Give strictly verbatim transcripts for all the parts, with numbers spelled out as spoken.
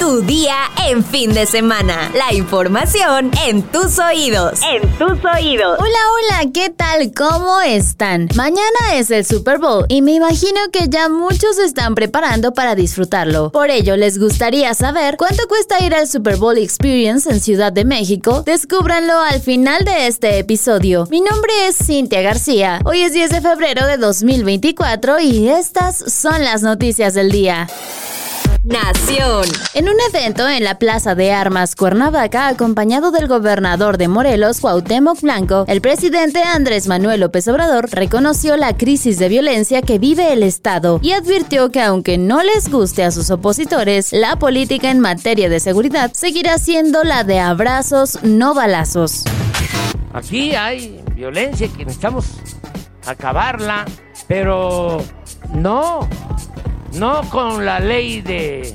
Tu día en fin de semana. La información en tus oídos. En tus oídos. Hola, hola, ¿qué tal? ¿Cómo están? Mañana es el Super Bowl y me imagino que ya muchos se están preparando para disfrutarlo. Por ello, les gustaría saber cuánto cuesta ir al Super Bowl Experience en Ciudad de México. Descúbranlo al final de este episodio. Mi nombre es Cintia García. Hoy es diez de febrero de dos mil veinticuatro y estas son las noticias del día. Nación. En un evento en la Plaza de Armas Cuernavaca, acompañado del gobernador de Morelos, Cuauhtémoc Blanco, el presidente Andrés Manuel López Obrador reconoció la crisis de violencia que vive el Estado y advirtió que aunque no les guste a sus opositores, la política en materia de seguridad seguirá siendo la de abrazos, no balazos. Aquí hay violencia que necesitamos acabarla, pero no... No con la ley de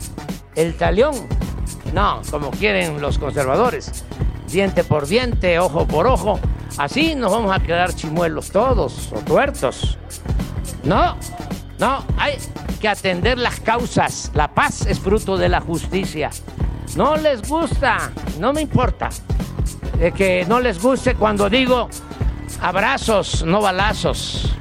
el talión, no, como quieren los conservadores, diente por diente, ojo por ojo, así nos vamos a quedar chimuelos todos o tuertos. No, no, hay que atender las causas, la paz es fruto de la justicia. No les gusta, no me importa de que no les guste cuando digo abrazos, no balazos.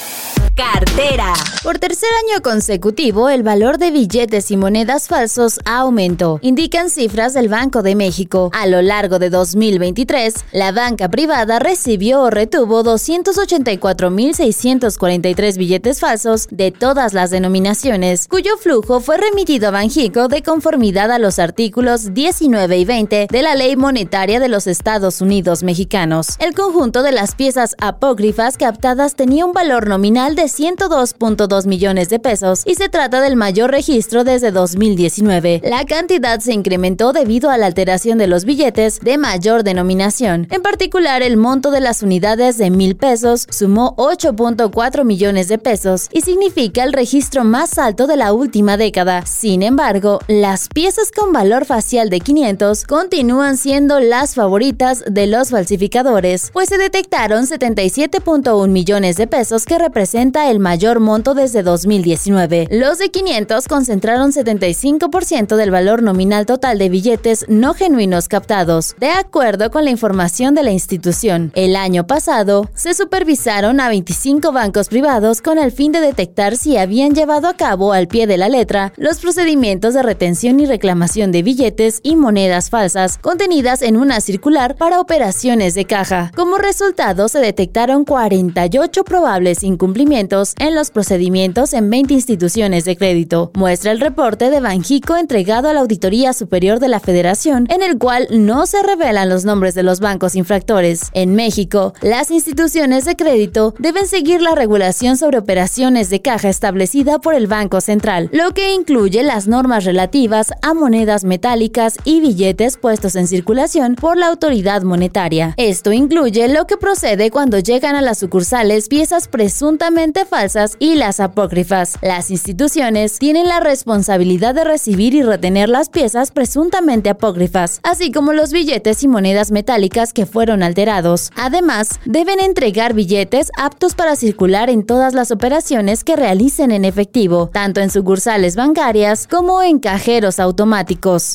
Cartera. Por tercer año consecutivo, el valor de billetes y monedas falsos aumentó, indican cifras del Banco de México. A lo largo de dos mil veintitrés, la banca privada recibió o retuvo doscientos ochenta y cuatro mil seiscientos cuarenta y tres billetes falsos de todas las denominaciones, cuyo flujo fue remitido a Banxico de conformidad a los artículos diecinueve y veinte de la Ley Monetaria de los Estados Unidos Mexicanos. El conjunto de las piezas apócrifas captadas tenía un valor nominal de ciento dos punto dos millones de pesos y se trata del mayor registro desde dos mil diecinueve. La cantidad se incrementó debido a la alteración de los billetes de mayor denominación. En particular, el monto de las unidades de mil pesos sumó ocho punto cuatro millones de pesos y significa el registro más alto de la última década. Sin embargo, las piezas con valor facial de quinientos continúan siendo las favoritas de los falsificadores, pues se detectaron setenta y siete punto uno millones de pesos que representan el mayor monto desde dos mil diecinueve. Los de quinientos concentraron setenta y cinco por ciento del valor nominal total de billetes no genuinos captados, de acuerdo con la información de la institución. El año pasado, se supervisaron a veinticinco bancos privados con el fin de detectar si habían llevado a cabo al pie de la letra los procedimientos de retención y reclamación de billetes y monedas falsas contenidas en una circular para operaciones de caja. Como resultado, se detectaron cuarenta y ocho probables incumplimientos en los procedimientos en veinte instituciones de crédito. Muestra el reporte de Banxico entregado a la Auditoría Superior de la Federación, en el cual no se revelan los nombres de los bancos infractores. En México, las instituciones de crédito deben seguir la regulación sobre operaciones de caja establecida por el Banco Central, lo que incluye las normas relativas a monedas metálicas y billetes puestos en circulación por la autoridad monetaria. Esto incluye lo que procede cuando llegan a las sucursales piezas presuntamente falsas y las apócrifas. Las instituciones tienen la responsabilidad de recibir y retener las piezas presuntamente apócrifas, así como los billetes y monedas metálicas que fueron alterados. Además, deben entregar billetes aptos para circular en todas las operaciones que realicen en efectivo, tanto en sucursales bancarias como en cajeros automáticos.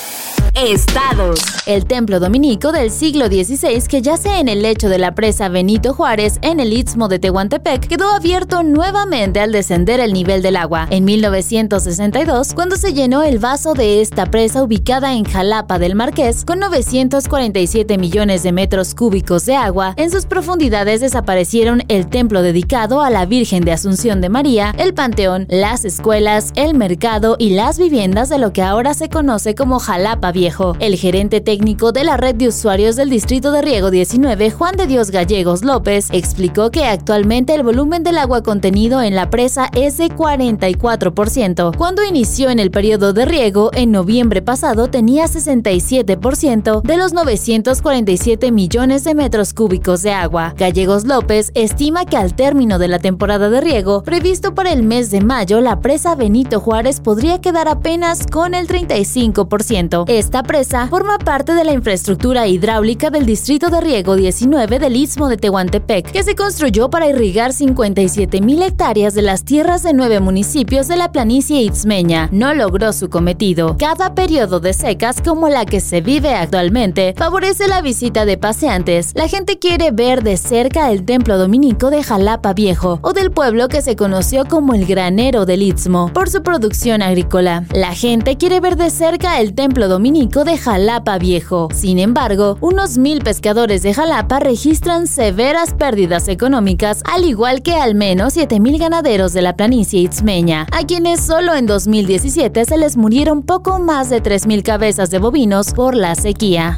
Estados. El templo dominico del siglo dieciséis, que yace en el lecho de la presa Benito Juárez en el Istmo de Tehuantepec, quedó abierto nuevamente al descender el nivel del agua. En mil novecientos sesenta y dos, cuando se llenó el vaso de esta presa ubicada en Jalapa del Marqués, con novecientos cuarenta y siete millones de metros cúbicos de agua, en sus profundidades desaparecieron el templo dedicado a la Virgen de Asunción de María, el panteón, las escuelas, el mercado y las viviendas de lo que ahora se conoce como Jalapa Viejo. El gerente técnico de la red de usuarios del Distrito de Riego diecinueve, Juan de Dios Gallegos López, explicó que actualmente el volumen del agua contenido en la presa es de cuarenta y cuatro por ciento. Cuando inició en el periodo de riego, en noviembre pasado tenía sesenta y siete por ciento de los novecientos cuarenta y siete millones de metros cúbicos de agua. Gallegos López estima que al término de la temporada de riego, previsto para el mes de mayo, la presa Benito Juárez podría quedar apenas con el treinta y cinco por ciento. Esta Esta presa forma parte de la infraestructura hidráulica del Distrito de Riego diecinueve del Istmo de Tehuantepec, que se construyó para irrigar cincuenta y siete mil hectáreas de las tierras de nueve municipios de la planicie itzmeña. No logró su cometido. Cada periodo de secas como la que se vive actualmente favorece la visita de paseantes. La gente quiere ver de cerca el templo dominico de Jalapa Viejo, o del pueblo que se conoció como el granero del Istmo por su producción agrícola. La gente quiere ver de cerca el templo dominico de Jalapa Viejo. Sin embargo, unos mil pescadores de Jalapa registran severas pérdidas económicas, al igual que al menos siete mil ganaderos de la planicie itzmeña, a quienes solo en dos mil diecisiete se les murieron poco más de tres mil cabezas de bovinos por la sequía.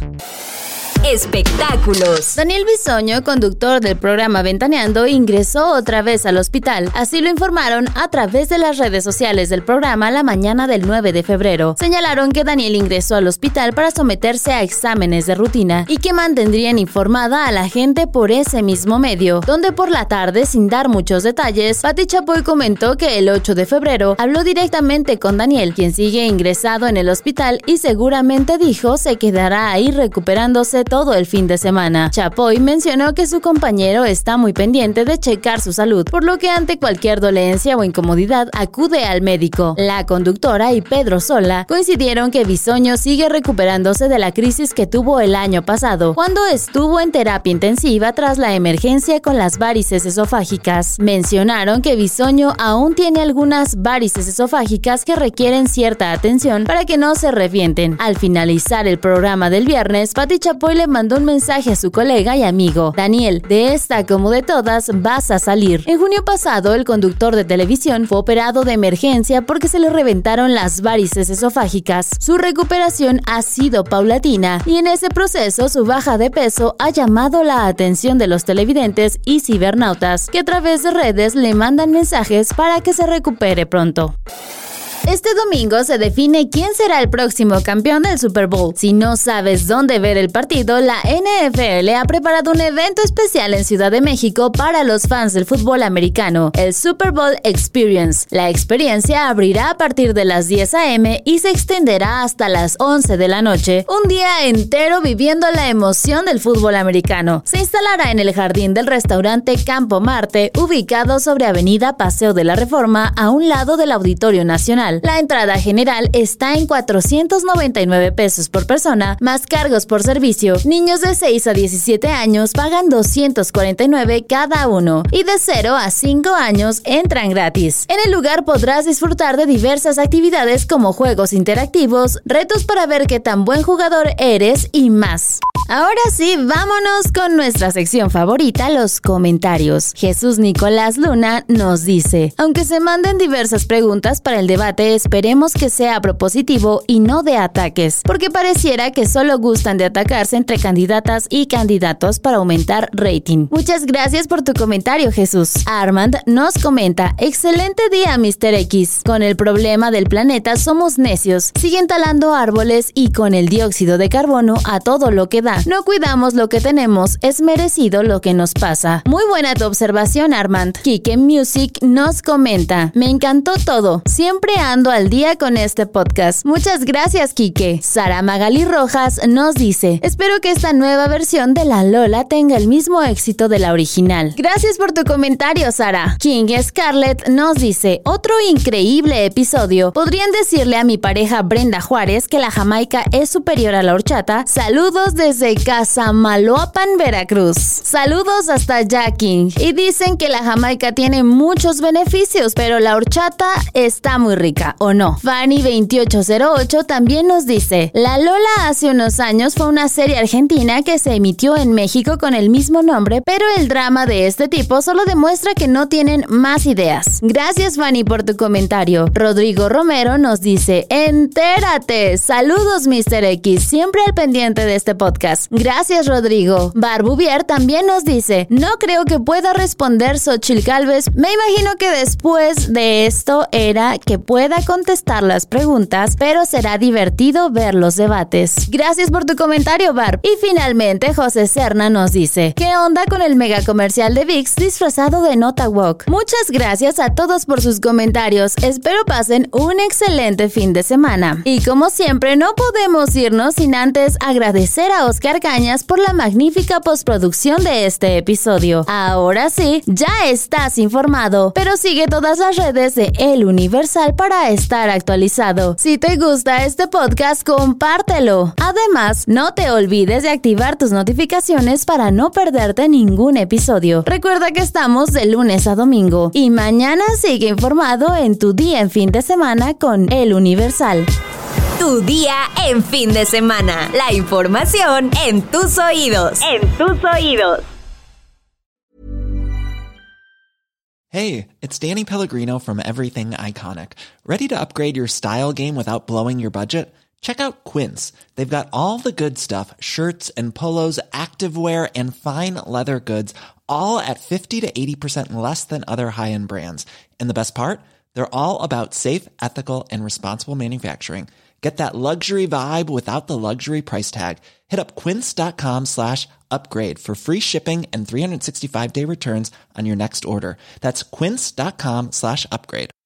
Espectáculos. Daniel Bisoño, conductor del programa Ventaneando, ingresó otra vez al hospital. Así lo informaron a través de las redes sociales del programa la mañana del nueve de febrero. Señalaron que Daniel ingresó al hospital para someterse a exámenes de rutina y que mantendrían informada a la gente por ese mismo medio, donde por la tarde, sin dar muchos detalles, Pati Chapoy comentó que el ocho de febrero habló directamente con Daniel, quien sigue ingresado en el hospital y seguramente dijo se quedará ahí recuperándose todo todo el fin de semana. Chapoy mencionó que su compañero está muy pendiente de checar su salud, por lo que ante cualquier dolencia o incomodidad acude al médico. La conductora y Pedro Sola coincidieron que Bisoño sigue recuperándose de la crisis que tuvo el año pasado, cuando estuvo en terapia intensiva tras la emergencia con las varices esofágicas. Mencionaron que Bisoño aún tiene algunas varices esofágicas que requieren cierta atención para que no se revienten. Al finalizar el programa del viernes, Pati Chapoy le mandó un mensaje a su colega y amigo: Daniel, de esta como de todas vas a salir. En junio pasado, el conductor de televisión fue operado de emergencia porque se le reventaron las varices esofágicas. Su recuperación ha sido paulatina y en ese proceso su baja de peso ha llamado la atención de los televidentes y cibernautas, que a través de redes le mandan mensajes para que se recupere pronto. Este domingo se define quién será el próximo campeón del Super Bowl. Si no sabes dónde ver el partido, la N F L ha preparado un evento especial en Ciudad de México para los fans del fútbol americano, el Super Bowl Experience. La experiencia abrirá a partir de las diez a eme y se extenderá hasta las once de la noche. Un día entero viviendo la emoción del fútbol americano. Se instalará en el jardín del restaurante Campo Marte, ubicado sobre Avenida Paseo de la Reforma, a un lado del Auditorio Nacional. La entrada general está en cuatrocientos noventa y nueve pesos por persona, más cargos por servicio. Niños de seis a diecisiete años pagan doscientos cuarenta y nueve cada uno y de cero a cinco años entran gratis. En el lugar podrás disfrutar de diversas actividades como juegos interactivos, retos para ver qué tan buen jugador eres y más. Ahora sí, vámonos con nuestra sección favorita, los comentarios. Jesús Nicolás Luna nos dice: aunque se manden diversas preguntas para el debate, esperemos que sea propositivo y no de ataques, porque pareciera que solo gustan de atacarse entre candidatas y candidatos para aumentar rating. Muchas gracias por tu comentario, Jesús. Armand nos comenta: excelente día, mister X. Con el problema del planeta somos necios, siguen talando árboles y con el dióxido de carbono a todo lo que da. No cuidamos lo que tenemos, es merecido lo que nos pasa. Muy buena tu observación, Armand. Kike Music nos comenta: me encantó todo, siempre ando al día con este podcast. Muchas gracias, Kike. Sara Magali Rojas nos dice: espero que esta nueva versión de La Lola tenga el mismo éxito de la original. Gracias por tu comentario, Sara. King Scarlett nos dice: otro increíble episodio. ¿Podrían decirle a mi pareja Brenda Juárez que la Jamaica es superior a la horchata? Saludos desde Casamaloapan, Veracruz. Saludos hasta allá, King. Y dicen que la Jamaica tiene muchos beneficios, pero la horchata está muy rica, ¿o no? Fanny veintiocho cero ocho también nos dice: La Lola hace unos años fue una serie argentina que se emitió en México con el mismo nombre, pero el drama de este tipo solo demuestra que no tienen más ideas. Gracias, Fanny, por tu comentario. Rodrigo Romero nos dice: entérate. Saludos, mister X, siempre al pendiente de este podcast. Gracias, Rodrigo. Barbuvier también nos dice: no creo que pueda responder Xochitl Gálvez. Me imagino que después de esto era que puede pueda contestar las preguntas, pero será divertido ver los debates. Gracias por tu comentario, Barb. Y finalmente, José Serna nos dice, ¿qué onda con el mega comercial de Vicks disfrazado de Nota Woke? Muchas gracias a todos por sus comentarios. Espero pasen un excelente fin de semana. Y como siempre, no podemos irnos sin antes agradecer a Oscar Cañas por la magnífica postproducción de este episodio. Ahora sí, ya estás informado, pero sigue todas las redes de El Universal para estar actualizado. Si te gusta este podcast, compártelo. Además, no te olvides de activar tus notificaciones para no perderte ningún episodio. Recuerda que estamos de lunes a domingo y mañana sigue informado en tu día en fin de semana con El Universal. Tu día en fin de semana. La información en tus oídos. En tus oídos. Hey, it's Danny Pellegrino from Everything Iconic. Ready to upgrade your style game without blowing your budget? Check out Quince. They've got all the good stuff, shirts and polos, activewear, and fine leather goods, all at fifty to eighty percent less than other high-end brands. And the best part? They're all about safe, ethical, and responsible manufacturing. Get that luxury vibe without the luxury price tag. Hit up quince.com slash upgrade for free shipping and three sixty-five day returns on your next order. That's quince.com slash upgrade.